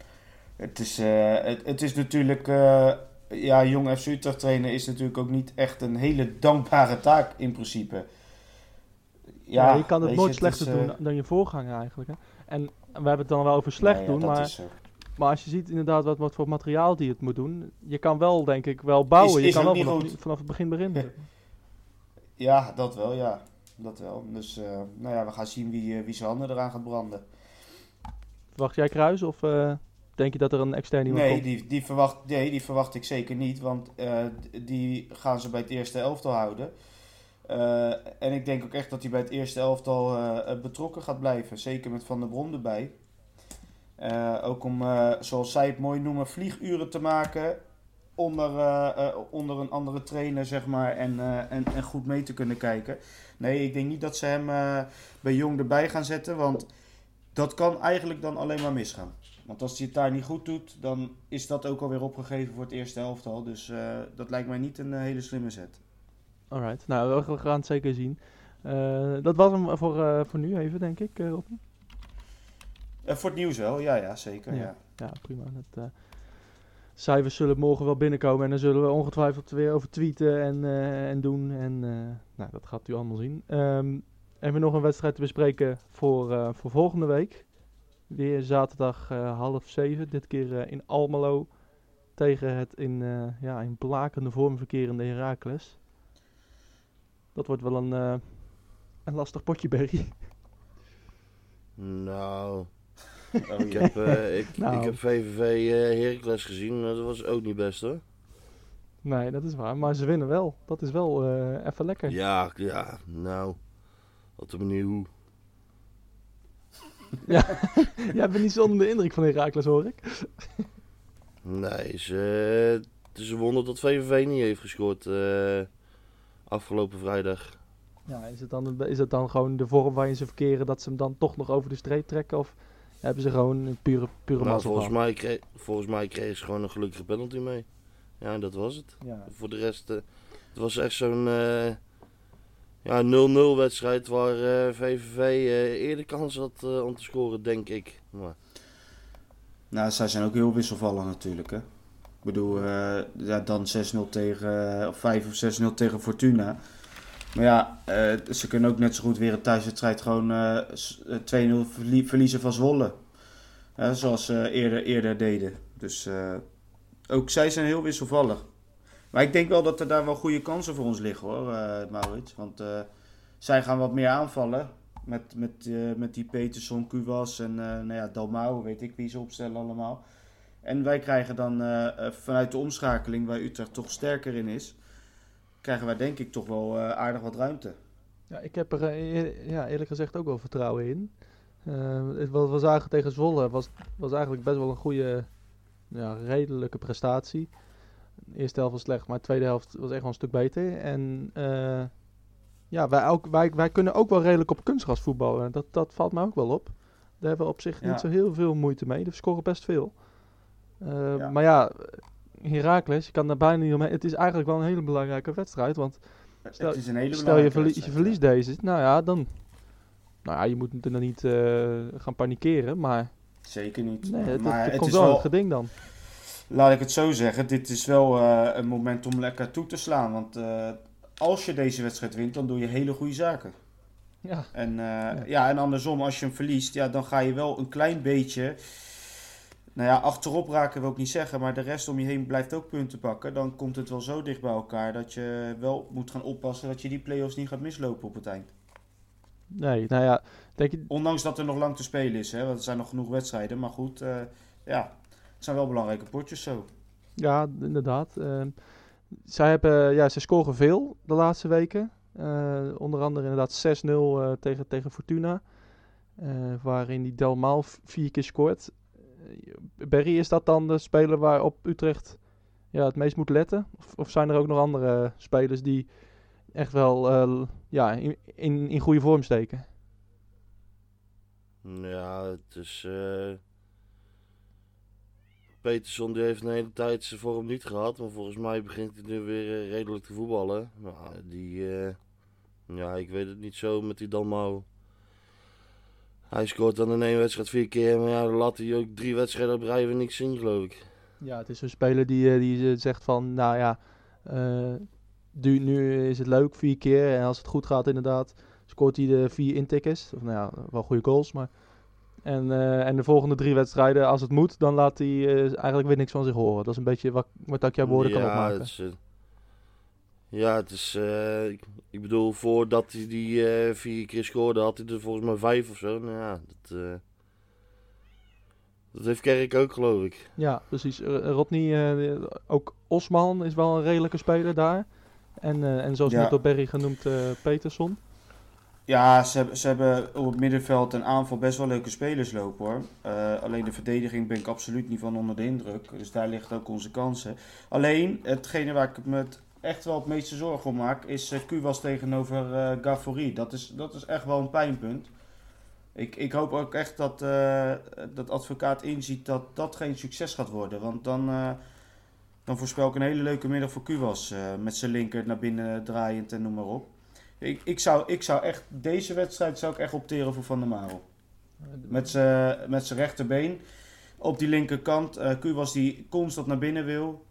Het is natuurlijk... Jong FC Utrecht trainen is natuurlijk ook niet echt een hele dankbare taak in principe.
Ja, je kan het nooit slechter doen dan je voorganger eigenlijk. Hè? En we hebben het dan wel over slecht doen, maar als je ziet inderdaad wat voor materiaal die het moet doen, je kan wel, denk ik, wel bouwen. Je kan wel vanaf het begin beginnen.
Ja, dat wel, ja. Dat wel. Dus we gaan zien wie zijn handen eraan gaat branden.
Verwacht jij Kruis of denk je dat er een externe iemand komt?
Die verwacht ik zeker niet, want die gaan ze bij het eerste elftal houden. En ik denk ook echt dat hij bij het eerste elftal betrokken gaat blijven. Zeker met Van der Brom erbij. Ook om, zoals zij het mooi noemen, vlieguren te maken onder een andere trainer, zeg maar, en goed mee te kunnen kijken. Nee, ik denk niet dat ze hem bij Jong erbij gaan zetten, want dat kan eigenlijk dan alleen maar misgaan. Want als hij het daar niet goed doet, dan is dat ook alweer opgegeven voor het eerste elftal. Dus dat lijkt mij niet een hele slimme zet.
Alright, nou we gaan het zeker zien. Dat was hem voor nu even, denk ik, Robin.
Voor het nieuws wel, ja zeker.
Ja, prima. Cijfers zullen morgen wel binnenkomen en dan zullen we ongetwijfeld weer over tweeten en doen. En dat gaat u allemaal zien. Hebben we nog een wedstrijd te bespreken voor volgende week. Weer zaterdag 6:30, dit keer in Almelo. Tegen het in blakende vorm verkerende Heracles. Dat wordt wel een lastig potje, Berry.
Nou... Ik heb VVV Heracles gezien, dat was ook niet best hoor.
Nee, dat is waar, maar ze winnen wel. Dat is wel even lekker.
Ja, nou, op de manier hoe.
Ja, jij bent niet zo onder de indruk van Heracles, hoor ik.
Nee, het is een wonder dat VVV niet heeft gescoord afgelopen vrijdag.
Ja, is het dan gewoon de vorm waarin ze verkeren dat ze hem dan toch nog over de streep trekken? Of hebben ze gewoon een pure mazzel gehad?
Volgens mij kregen ze gewoon een gelukkige penalty mee. Ja, dat was het. Ja. Voor de rest, het was echt zo'n 0-0 wedstrijd waar VVV eerder kans had om te scoren, denk ik. Maar...
Nou, zij zijn ook heel wisselvallig natuurlijk, hè. Ik bedoel, dan 6-0 tegen, of 5 of 6-0 tegen Fortuna. Maar ja, ze kunnen ook net zo goed weer een thuiswedstrijd gewoon 2-0 verliezen van Zwolle. Zoals ze eerder deden. Dus ook zij zijn heel wisselvallig. Maar ik denk wel dat er daar wel goede kansen voor ons liggen hoor, Maurits. Want zij gaan wat meer aanvallen. Met die Peterson, Kuwas en Dalmau, weet ik wie ze opstellen allemaal. En wij krijgen dan vanuit de omschakeling, waar Utrecht toch sterker in is, krijgen wij denk ik toch wel aardig wat ruimte.
Ja, ik heb er eerlijk gezegd ook wel vertrouwen in. Wat we zagen tegen Zwolle was eigenlijk best wel een goede, redelijke prestatie. De eerste helft was slecht, maar de tweede helft was echt wel een stuk beter. En wij kunnen ook wel redelijk op kunstgras voetballen. Dat valt mij ook wel op. Daar hebben we op zich niet zo heel veel moeite mee. We scoren best veel. Maar ja, Heracles, je kan daar bijna niet omheen. Het is eigenlijk wel een hele belangrijke wedstrijd. Want stel je verliest deze. Dan... je moet er dan niet gaan panikeren, maar...
Zeker niet.
Nee,
maar
het komt wel een geding dan.
Laat ik het zo zeggen, dit is wel een moment om lekker toe te slaan. Want als je deze wedstrijd wint, dan doe je hele goede zaken.
Ja.
En andersom, als je hem verliest, dan ga je wel een klein beetje... achterop raken wil ik niet zeggen, maar de rest om je heen blijft ook punten pakken. Dan komt het wel zo dicht bij elkaar dat je wel moet gaan oppassen dat je die play-offs niet gaat mislopen op het eind.
Nee, denk je...
Ondanks dat er nog lang te spelen is, hè, want er zijn nog genoeg wedstrijden. Maar goed, het zijn wel belangrijke potjes zo.
Ja, inderdaad. Zij scoren veel de laatste weken. Onder andere inderdaad 6-0 tegen Fortuna. Waarin die Delmaal 4 keer scoort. Berry, is dat dan de speler waarop Utrecht het meest moet letten? Of zijn er ook nog andere spelers die echt wel in goede vorm steken?
Ja, het is... Peterson die heeft een hele tijd zijn vorm niet gehad. Maar volgens mij begint hij nu weer redelijk te voetballen. Ik weet het niet zo met die Dalmau. Hij scoort dan in 1 wedstrijd 4 keer. Maar dan laat hij ook 3 wedstrijden op rij weer niks zien, geloof ik. Ja,
het is een speler die zegt van... nu is het leuk 4 keer. En als het goed gaat inderdaad, scoort hij de 4 intikkers. Of wel goede goals, maar... En de volgende 3 wedstrijden, als het moet, dan laat hij eigenlijk weer niks van zich horen. Dat is een beetje wat ik jouw woorden kan opmaken.
Het is... ik bedoel, voordat hij die 4 keer scoorde, had hij er volgens mij 5 of zo. Dat heeft Kerk ook, geloof ik.
Ja, precies. Rodney, ook Osman is wel een redelijke speler daar. En zoals net door Berry genoemd, Peterson.
Ja, ze hebben op het middenveld en aanval best wel leuke spelers lopen, hoor. Alleen de verdediging ben ik absoluut niet van onder de indruk. Dus daar ligt ook onze kansen. Alleen, hetgene waar ik me echt wel het meeste zorgen om maak, is Kuwas tegenover Gavori. Dat is echt wel een pijnpunt. Ik hoop ook echt dat advocaat inziet dat dat geen succes gaat worden. Want dan voorspel ik een hele leuke middag voor Kuwas. Met zijn linker naar binnen draaiend en noem maar op. Ik zou echt, deze wedstrijd zou ik echt opteren voor Van der Marel. Met zijn rechterbeen op die linkerkant. Kuwas die constant naar binnen wil.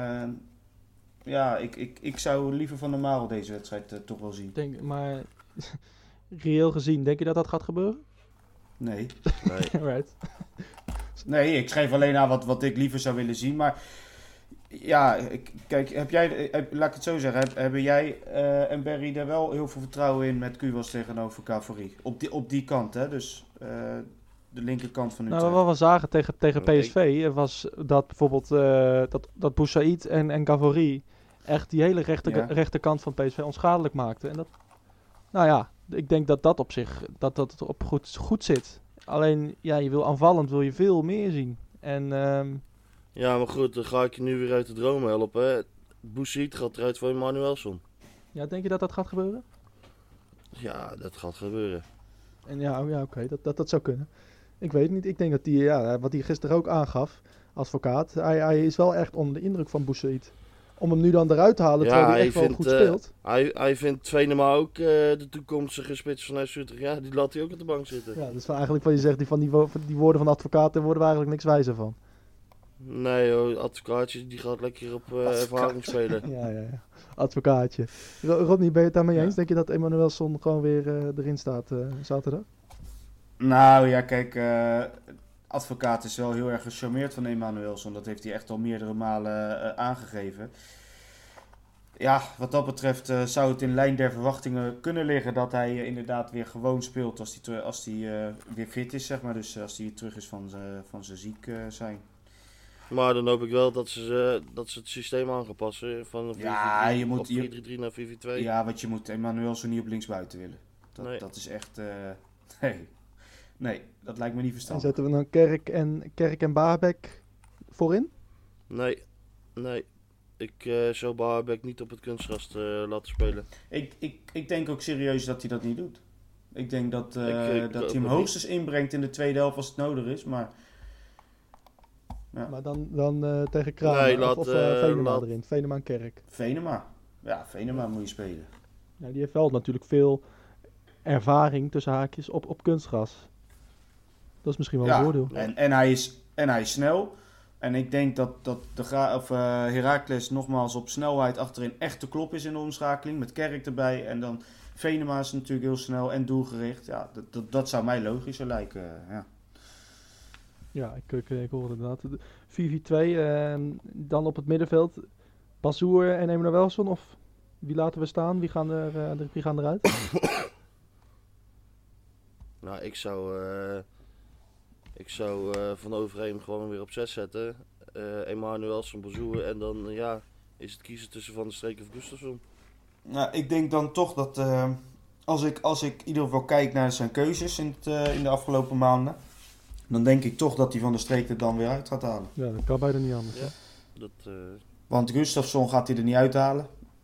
Ik zou liever Van der Marel deze wedstrijd toch wel zien.
Maar reëel gezien, denk je dat dat gaat gebeuren?
Nee.
Right.
Nee, ik schreef alleen aan wat ik liever zou willen zien. Maar ja, kijk, laat ik het zo zeggen. Hebben jij en Berry daar wel heel veel vertrouwen in met Kuwas tegenover Cavori? Op die kant, hè? Dus de linkerkant van Utrecht.
Wat we zagen tegen PSV was dat bijvoorbeeld dat Boussaïd en Cavori echt die hele rechterkant van PSV onschadelijk maakten. En dat, ik denk dat op zich dat op goed zit. Alleen, je wil aanvallend wil je veel meer zien. En...
Ja, maar goed, dan ga ik je nu weer uit de droom helpen. Boussaïd gaat eruit voor Emmanuelsson.
Ja, denk je dat gaat gebeuren?
Ja, dat gaat gebeuren.
En oké, dat zou kunnen. Ik weet niet, ik denk dat wat hij gisteren ook aangaf, advocaat, hij is wel echt onder de indruk van Boussaïd. Om hem nu dan eruit te halen, terwijl hij echt wel goed speelt.
Hij vindt Venema ook de toekomstige spits van FC Utrecht. Ja, die laat hij ook op de bank zitten.
Ja, dat is eigenlijk wat je zegt, die woorden van de advocaat, daar worden we eigenlijk niks wijzer van.
Nee hoor, advocaatje die gaat lekker op ervaring spelen.
Ja. Advocaatje. Rodney, ben je het daarmee eens? Denk je dat Emmanuelsson gewoon weer erin staat zaterdag?
Nou ja, kijk, advocaat is wel heel erg gecharmeerd van Emmanuelsson. Dat heeft hij echt al meerdere malen aangegeven. Ja, wat dat betreft zou het in lijn der verwachtingen kunnen liggen dat hij inderdaad weer gewoon speelt als hij weer fit is, zeg maar. Dus als hij terug is van zijn ziek zijn.
Maar dan hoop ik wel dat ze het systeem aan gaan passen. Van 4-4-3
Ja, je moet-
of 4-3-3 naar 4-4-2.
Ja, want je moet Emmanuelson niet op linksbuiten willen.
Nee.
Dat is echt... nee, dat lijkt me niet
En
verstandig.
zetten we dan Kerk en Baarbek voorin?
Nee. Ik zou Baarbek niet op het kunstgras laten spelen.
Ik denk ook serieus dat hij dat niet doet. Ik denk dat
Ik
hij hem
ook
hoogstens inbrengt in de tweede helft als het nodig is. Maar Ja.
Maar dan tegen Kramer
Nee,
of Venema
laat-
erin. Venema en Kerk.
Venema. Ja, Venema moet je spelen.
Ja, die heeft wel natuurlijk veel ervaring tussen haakjes op kunstgras. Dat is misschien wel een voordeel.
En hij is snel. En ik denk dat Heracles nogmaals op snelheid achterin echt te klop is in de omschakeling. Met Kerk erbij. En dan Venema is natuurlijk heel snel en doelgericht. Ja, dat zou mij logischer lijken. Ja.
Ja, ik hoor het inderdaad. 4-4-2, dan op het middenveld. Bazoer en Emmanuelson, of wie laten we staan? Wie gaan eruit?
Nou, ik zou Van Overheem gewoon weer op 6 zetten. Emmanuelson, Bazoer en dan is het kiezen tussen Van der Streek of Gustafsson.
Nou, ik denk dan toch dat als ik in ieder geval kijk naar zijn keuzes in de afgelopen maanden, dan denk ik toch dat hij Van der Streek er dan weer uit gaat halen.
Ja, dat kan bijna niet anders.
Ja.
Hè?
Want Gustafsson gaat hij er niet uithalen.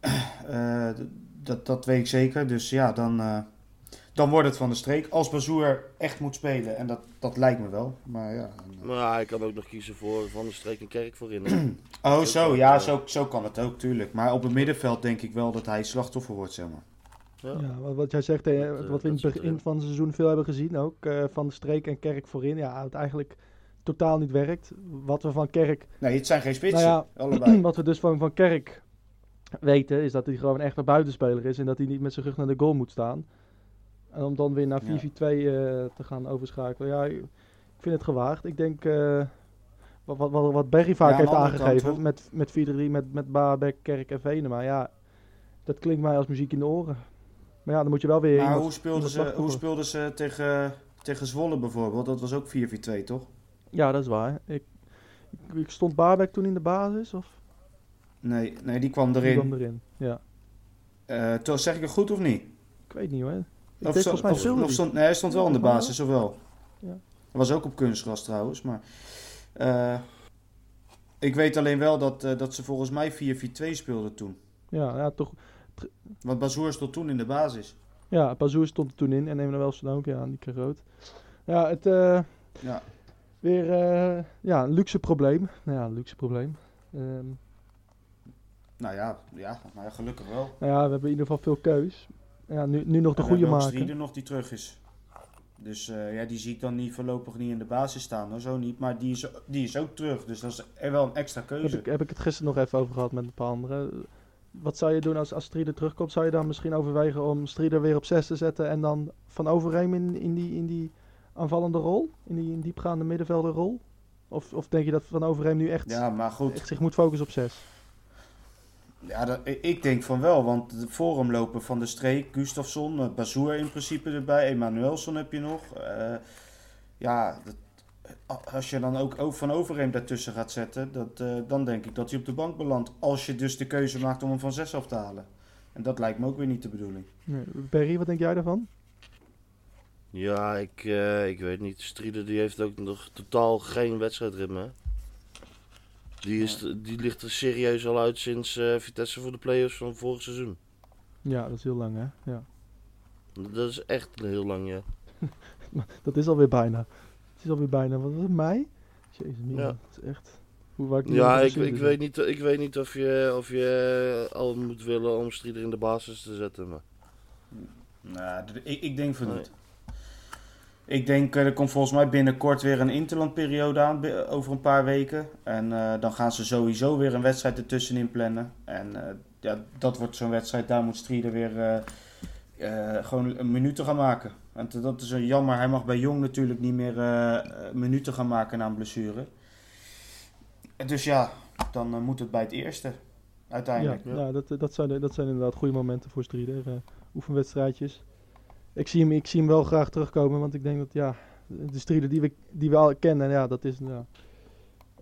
Dat weet ik zeker. Dus ja, dan wordt het Van der Streek. Als Bazoer echt moet spelen. En dat lijkt me wel. Maar ja.
Maar hij kan ook nog kiezen voor Van der Streek en Kerk voorin. Hè?
Oh, zo. Ja, zo kan het ook, tuurlijk. Maar op het middenveld denk ik wel dat hij slachtoffer wordt, zeg maar.
Ja.
Ja, wat jij zegt, wat we in het begin van het seizoen veel hebben gezien ook. Van der Streek en Kerk voorin. Ja, het eigenlijk totaal niet werkt. Wat we van Kerk...
Nee, het zijn geen spitsen.
Nou ja,
allebei.
wat we dus van Kerk weten, is dat hij gewoon echt een buitenspeler is. En dat hij niet met zijn rug naar de goal moet staan. En om dan weer naar 4-4-2 te gaan overschakelen. Ja, ik vind het gewaagd. Ik denk, wat Berry vaak
Ja, aan
heeft
de andere
aangegeven,
kant,
met 4-3, met Baarbek, Kerk en Venema. Ja, dat klinkt mij als muziek in de oren. Maar ja, dan moet je wel weer...
Maar
iemand-
hoe speelden ze tegen Zwolle bijvoorbeeld? Dat was ook 4-4-2, toch?
Ja, dat is waar. Ik stond Baarbek toen in de basis, of?
Nee, die kwam
Die
erin.
kwam erin, ja.
Zeg ik het goed of niet?
Ik weet niet hoor. Ik
Of
denk volgens mij speelde die.
hij stond wel in de basis, of wel?
Ja.
Hij was ook op kunstgras trouwens, maar... ik weet alleen wel dat ze volgens mij 4-4-2 speelden toen.
Ja, toch.
Want Bazoer stond toen in de basis.
Ja, Bazoer stond er toen in en Emmanuelson ook, ja, die kreeg rood. Ja, het
Ja.
weer een luxe probleem. Nou ja, een luxe probleem.
Nou ja, gelukkig wel.
Nou ja, we hebben in ieder geval veel keus. Ja, nu nog de
En
goede
we hebben ook
maken.
Strieder nog die terug is. Dus die zie ik dan voorlopig niet in de basis staan. Hoor. Zo niet, maar die is ook terug. Dus dat is er wel een extra keuze.
Heb ik het gisteren nog even over gehad met een paar anderen. Wat zou je doen als Strieder terugkomt? Zou je dan misschien overwegen om Strieder weer op 6 te zetten en dan Van Overheem in die aanvallende rol? In die diepgaande middenvelderrol? Of denk je dat Van Overheem nu echt
Ja, maar goed.
zich moet focussen op 6?
Ja, ik denk van wel, want voor hem lopen Van der Streek, Gustafsson, Bazoer in principe erbij, Emmanuelson heb je nog. Als je dan ook Van Overheem daartussen gaat zetten, dan denk ik dat hij op de bank belandt. Als je dus de keuze maakt om hem van 6 af te halen. En dat lijkt me ook weer niet de bedoeling.
Nee. Perry, wat denk jij daarvan?
Ja, ik weet niet. Strieder die heeft ook nog totaal geen wedstrijdritme. Die ligt er serieus al uit sinds Vitesse voor de play-offs van vorig seizoen.
Ja, dat is heel lang hè. Ja.
Dat is echt heel lang, ja.
Dat is alweer bijna. Het is alweer bijna, wat was het, mei? Jezus, Mina,
Ja.
dat is echt... Waar ik nu
Ja,
over
ik
zin,
weet niet of je al moet willen om Strieder in de basis te zetten. Maar...
Nou, ik denk van
Nee.
niet. Ik denk, er komt volgens mij binnenkort weer een interlandperiode aan, over een paar weken. En dan gaan ze sowieso weer een wedstrijd ertussenin plannen. En dat wordt zo'n wedstrijd, daar moet Strieder weer gewoon een minuten gaan maken. En dat is een jammer, hij mag bij Jong natuurlijk niet meer minuten gaan maken na een blessure. Dus ja, dan moet het bij het eerste, uiteindelijk.
Ja, dat zijn inderdaad goede momenten voor Strieder. Oefenwedstrijdjes. Ik zie hem wel graag terugkomen, want ik denk dat de Strieder die we al kennen, ja, dat is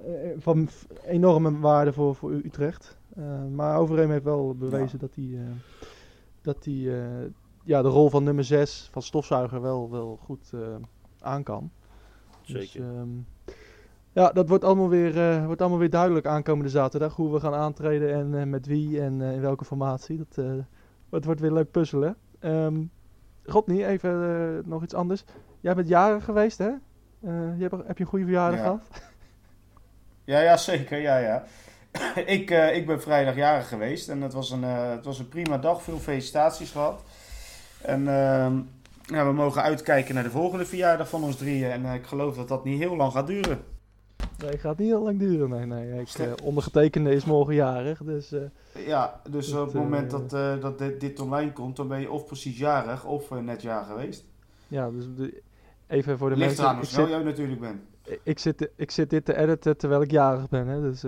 van enorme waarde voor Utrecht. Maar Overeem heeft wel bewezen dat hij de rol van nummer 6 van stofzuiger wel goed aan kan.
Zeker.
Dus, dat wordt allemaal weer duidelijk aankomende zaterdag. Hoe we gaan aantreden en met wie en in welke formatie. Dat wordt weer leuk puzzelen. Rodney, even nog iets anders. Jij bent jarig geweest, hè? Heb je een goede verjaardag gehad?
Ja, zeker. Ja. Ik ben vrijdag jarig geweest en het was een prima dag. Veel felicitaties gehad. En we mogen uitkijken naar de volgende verjaardag van ons drieën. En ik geloof dat dat niet heel lang gaat duren.
Nee, het gaat niet heel lang duren. Nee. Ondergetekende is morgen jarig. Dus,
dus op het moment dat dit online komt, dan ben je of precies jarig of net jaar geweest.
Ja, dus even voor de
ligt
mensen...
eraan hoe snel jij natuurlijk bent.
Ik zit dit te editen terwijl ik jarig ben, hè. Dus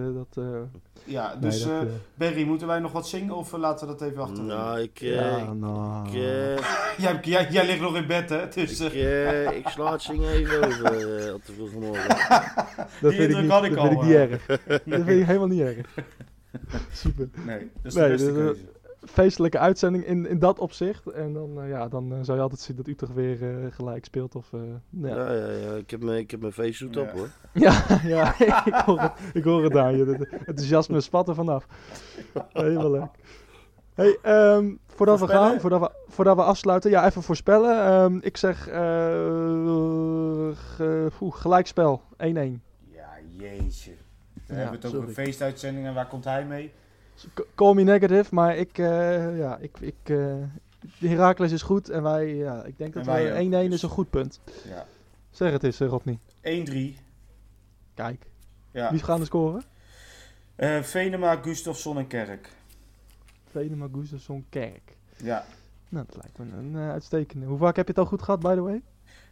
Berry, moeten wij nog wat zingen of laten we dat even achterwege? Jij ligt nog in bed, hè? Dus,
ik sla het zingen even over op de vroege morgen.
Dat vind ik niet erg. Dat vind ik helemaal niet erg. Super.
Nee, dat is de beste keuze.
Feestelijke uitzending in dat opzicht. En dan zou je altijd zien dat Utrecht weer gelijk speelt.
Ja, ik heb mijn feestzoet op, hoor.
Ja, ik hoor het aan je. Het enthousiasme spat er vanaf. Helemaal leuk. Hey, voordat we afsluiten, even voorspellen. Ik zeg gelijkspel, 1-1.
Ja, jeetje. Dan hebben we het over een feestuitzending en waar komt hij mee?
Call me negative, maar Heracles is goed en ik denk dat 1-1 is een goed punt.
Ja.
Zeg het eens, Rodney.
1-3.
Kijk.
Ja.
Wie gaan er scoren?
Venema, Gustafsson en Kerk.
Venema, Gustafsson, Kerk.
Ja.
Nou, dat lijkt me een uitstekende. Hoe vaak heb je het al goed gehad, by the way?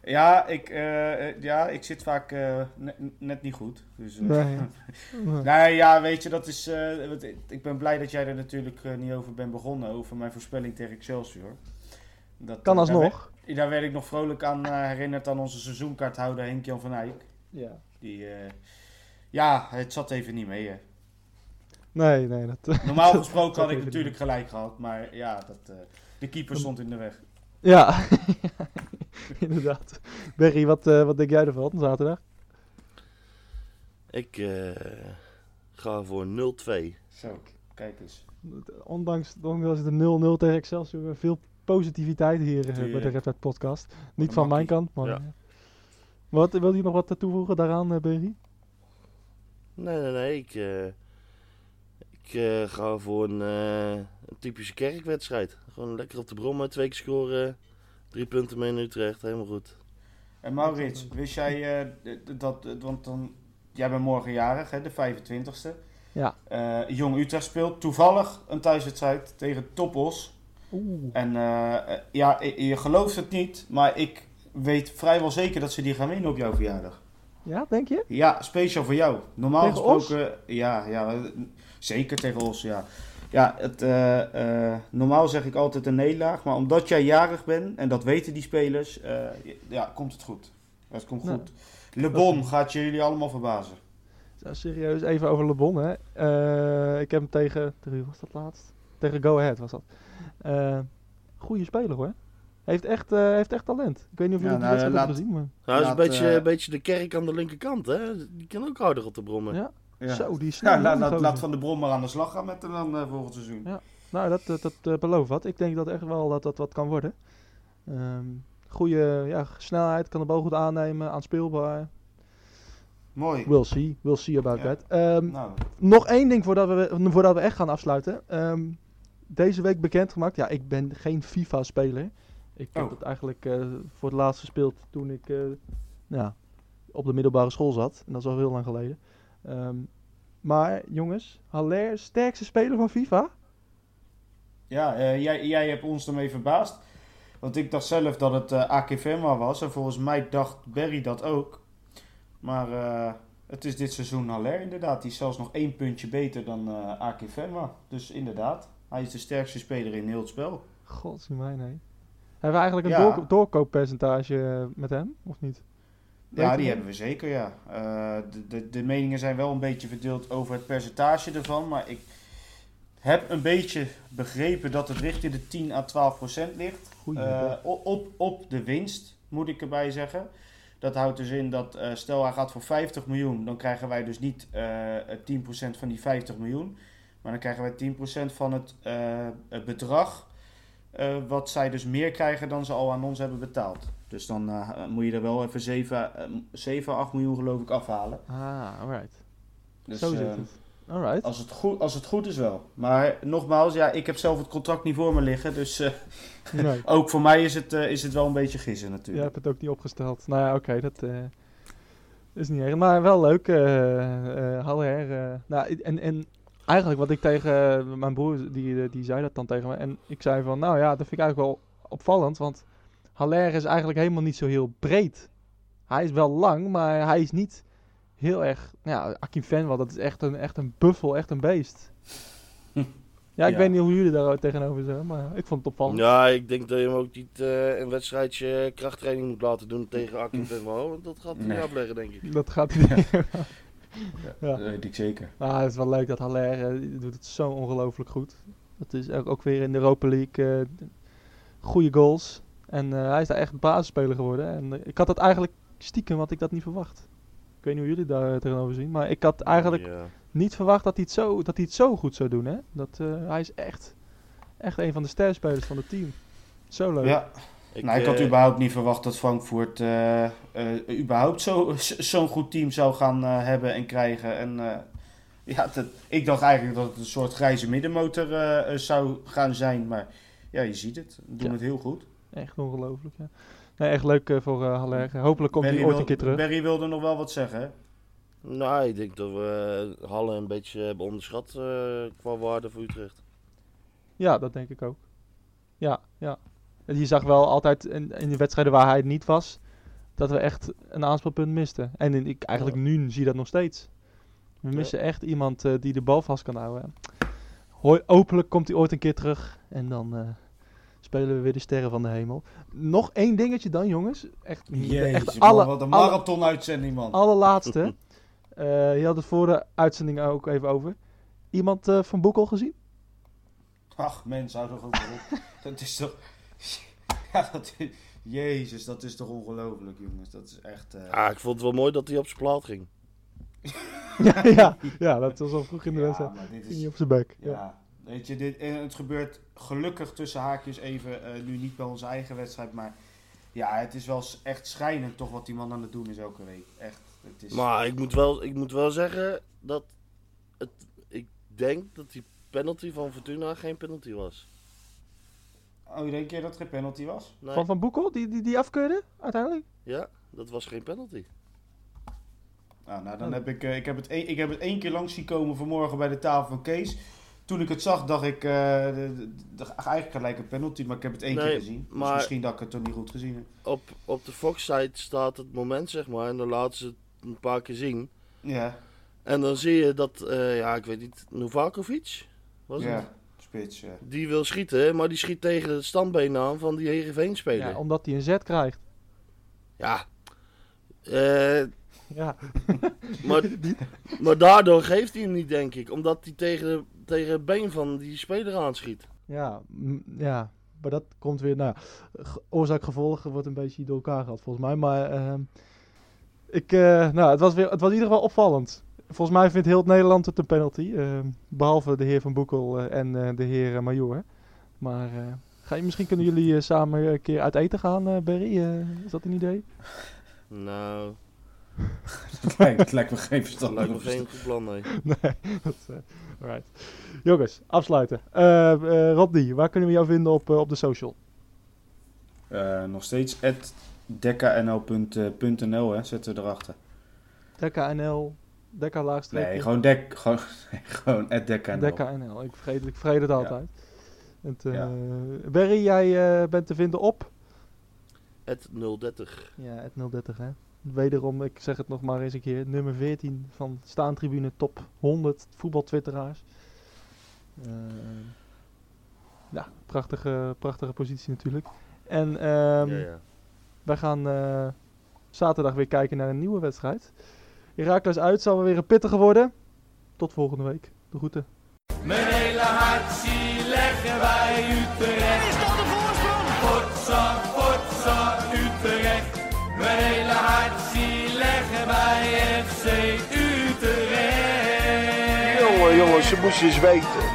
Ja, ik zit vaak net niet goed. Dus,
Nee.
Weet je, dat is... ik ben blij dat jij er natuurlijk niet over bent begonnen, over mijn voorspelling tegen Excelsior. Dat,
kan alsnog.
Daar werd ik nog vrolijk aan herinnerd aan onze seizoenkaarthouder Henk-Jan van Eyck.
Ja.
Die, het zat even niet mee, hè.
Nee.
Normaal gesproken had ik natuurlijk gelijk gehad, maar de keeper stond in de weg.
Ja, inderdaad. Berry, wat denk jij ervan zaterdag?
Ik ga voor 0-2.
Zo, kijk eens.
Ondanks het een 0-0 tegen Excelsior, veel positiviteit hier bij de Red Red Podcast. Niet van mijn kant, maar... Ja. Wil je nog wat toevoegen daaraan, Berry?
Nee. Ik ga voor een typische Kerkwedstrijd. Gewoon lekker op de brommen, 2 keer scoren, 3 punten mee in Utrecht, helemaal goed.
En Maurits, wist jij want jij bent morgen jarig, hè, de 25e.
Ja.
Jong Utrecht speelt toevallig een thuiswedstrijd tegen Toppos. En je gelooft het niet, maar ik weet vrijwel zeker dat ze die gaan winnen op jouw verjaardag.
Ja, denk je?
Ja, speciaal voor jou. Normaal
tegen
gesproken... Os? Ja, zeker tegen Os, ja. Ja, normaal zeg ik altijd een nederlaag, maar omdat jij jarig bent, en dat weten die spelers, komt het goed. Het komt goed. Le Bon gaat jullie allemaal verbazen.
Zo, serieus, even over Le Bon, hè. Ik heb hem tegen wie was dat laatst? Tegen Go Ahead was dat. Goeie speler, hoor. Heeft echt talent. Ik weet niet of jullie die wedstrijd hebben gezien, maar...
Nou, dat is een beetje de Kerk aan de linkerkant, hè. Die kan ook harder op de brommen.
Ja.
Ja.
Zo, die is snel.
Laat Van de Brom maar aan de slag gaan met hem dan volgend seizoen.
Ja. Nou, dat belooft wat. Ik denk dat echt wel dat wat kan worden. Goede snelheid, kan de bal goed aannemen, aanspeelbaar.
Mooi.
We'll see about that. Nog één ding voordat we echt gaan afsluiten. Deze week bekendgemaakt. Ja, ik ben geen FIFA-speler. Ik heb het eigenlijk voor het laatst gespeeld toen ik op de middelbare school zat. En dat is al heel lang geleden. Maar jongens, Haller, sterkste speler van FIFA?
Ja, jij hebt ons ermee verbaasd. Want ik dacht zelf dat het AK Venma was. En volgens mij dacht Berry dat ook. Maar het is dit seizoen Haller inderdaad. Die is zelfs nog 1 puntje beter dan AK Venma. Dus inderdaad, hij is de sterkste speler in heel het spel.
Godzijdank, nee. Hebben we eigenlijk een doorkooppercentage met hem, of niet?
Ja, die hebben we zeker, ja. De meningen zijn wel een beetje verdeeld over het percentage ervan, maar ik heb een beetje begrepen dat het richting de 10 à 12% ligt. Op de winst, moet ik erbij zeggen. Dat houdt dus in dat, stel hij gaat voor 50 miljoen, dan krijgen wij dus niet 10% van die 50 miljoen. Maar dan krijgen wij 10% van het bedrag wat zij dus meer krijgen dan ze al aan ons hebben betaald. Dus dan moet je er wel even 7 à 8 miljoen geloof ik afhalen.
Alright.
Dus,
Zo zit het. Alright.
Als het goed is wel. Maar nogmaals, ja, ik heb zelf het contract niet voor me liggen. Dus
Nee.
ook voor mij is het wel een beetje gissen
Je
natuurlijk.
hebt het ook niet opgesteld. Nou ja, oké, dat is niet erg. Maar wel leuk. Haller. Nou, en eigenlijk wat ik tegen mijn broer, die zei dat dan tegen me. En ik zei van, nou ja, dat vind ik eigenlijk wel opvallend. Want Haller is eigenlijk helemaal niet zo heel breed. Hij is wel lang, maar hij is niet heel erg... Ja, Akim Fenwel, dat is echt een buffel, echt een beest. Ja, ik
Ja.
weet niet hoe jullie daar tegenover zijn, maar ik vond het opvallend.
Ja, ik denk dat je hem ook niet een wedstrijdje krachttraining moet laten doen tegen Akim Fenwel. Want dat gaat hij
Nee.
niet afleggen, denk ik.
Dat gaat hij Ja.
Dat weet ik zeker.
Het is wel leuk dat Haller die doet het zo ongelooflijk goed. Dat is ook weer in de Europa League goede goals. En hij is daar echt basisspeler geworden. En ik had dat eigenlijk stiekem, had ik dat niet verwacht. Ik weet niet hoe jullie daar tegenover zien. Maar ik had eigenlijk
Ja.
niet verwacht dat hij het zo goed zou doen. Hè? Hij is echt een van de sterspelers van het team. Zo leuk.
Ja. Ik had überhaupt niet verwacht dat Frankfurt überhaupt zo'n goed team zou gaan hebben en krijgen. En ik dacht eigenlijk dat het een soort grijze middenmotor zou gaan zijn. Maar ja, je ziet het. Ze doen het heel goed.
Echt ongelooflijk. Ja. Nee, echt leuk voor Haller. Hopelijk komt hij ooit een keer terug.
Barry wilde nog wel wat zeggen, hè?
Nou, ik denk dat we Halle een beetje hebben onderschat qua waarde voor Utrecht.
Ja, dat denk ik ook. Ja. En je zag wel altijd in de wedstrijden waar hij niet was, dat we echt een aanspeelpunt misten. En eigenlijk nu zie je dat nog steeds. We missen echt iemand die de bal vast kan houden. Hopelijk komt hij ooit een keer terug en dan spelen we weer de sterren van de hemel. Nog één dingetje dan, jongens. Echt
wat een marathon-uitzending, man.
allerlaatste. Je had het voor de uitzending ook even over. Iemand van Boekel gezien?
Ach, mens, hou toch ook op. Dat is toch... Ja, Jezus, dat is toch ongelooflijk, jongens. Dat is echt...
Ik vond het wel mooi dat hij op zijn plaat ging.
ja, dat was al vroeg in de wedstrijd.
maar dit
Ging hij
is...
op zijn bek.
Ja, weet je, het gebeurt gelukkig tussen haakjes even, nu niet bij onze eigen wedstrijd, maar ja, het is wel echt schrijnend toch wat die man aan het doen is elke week. Echt, het is...
Maar ik moet wel zeggen dat ik denk dat die penalty van Fortuna geen penalty was.
Oh, denk je dat het geen penalty was?
Nee.
Van Boekel, die afkeurde uiteindelijk?
Ja, dat was geen penalty.
Nou, dan heb ik heb het 1 keer langs zien komen vanmorgen bij de tafel van Kees. Toen ik het zag, dacht ik, eigenlijk gelijk een penalty, maar ik heb het 1 keer gezien. Dus
maar
misschien dat ik het toch niet goed gezien heb.
Op de Fox-site staat het moment, zeg maar, en dan laten ze het een paar keer zien.
Ja.
En dan zie je dat, ik weet niet, Novakovic was het?
Ja, spits, ja.
Die wil schieten, maar die schiet tegen het standbeen aan van die Heerenveen-speler.
Ja, omdat hij een zet krijgt.
Ja.
Ja.
Maar daardoor geeft hij hem niet, denk ik. Omdat hij tegen het been van die speler aanschiet.
Ja, maar dat komt weer, oorzaak-gevolg wordt een beetje door elkaar gehad volgens mij. Maar het was in ieder geval opvallend. Volgens mij vindt heel Nederland het een penalty. Behalve de heer Van Boekel en de heer Major. Maar misschien kunnen jullie samen een keer uit eten gaan, Barry? Is dat een idee?
Nou,
Het lijkt me geen
dat
verstand.
lijkt me geen goed plan, nee.
Nee, alright. Jongens, afsluiten. Rodney, waar kunnen we jou vinden op de social?
Nog steeds @dekkanl.nl, hè, zetten we erachter.
Dekka.nl, Dekka laagstreepje.
Nee, gewoon @dekkanl.
Dekka.nl, ik vergeet het altijd. Barry, jij bent te vinden op?
Het 030.
Ja, het 030 hè. Wederom, ik zeg het nog maar eens een keer, nummer 14 van Staantribune top 100 voetbaltwitteraars. Prachtige positie natuurlijk. En
Ja.
wij gaan zaterdag weer kijken naar een nieuwe wedstrijd. Heracles uit zal weer een pittige worden. Tot volgende week. De groeten.
Mijn hele hart zie leggen wij Utrecht. Is dat de voorsprong? Potsa, potsa, Utrecht. Mijn hele hart zie leggen wij FC Utrecht.
Jongen, jongens, ze moesten eens weten.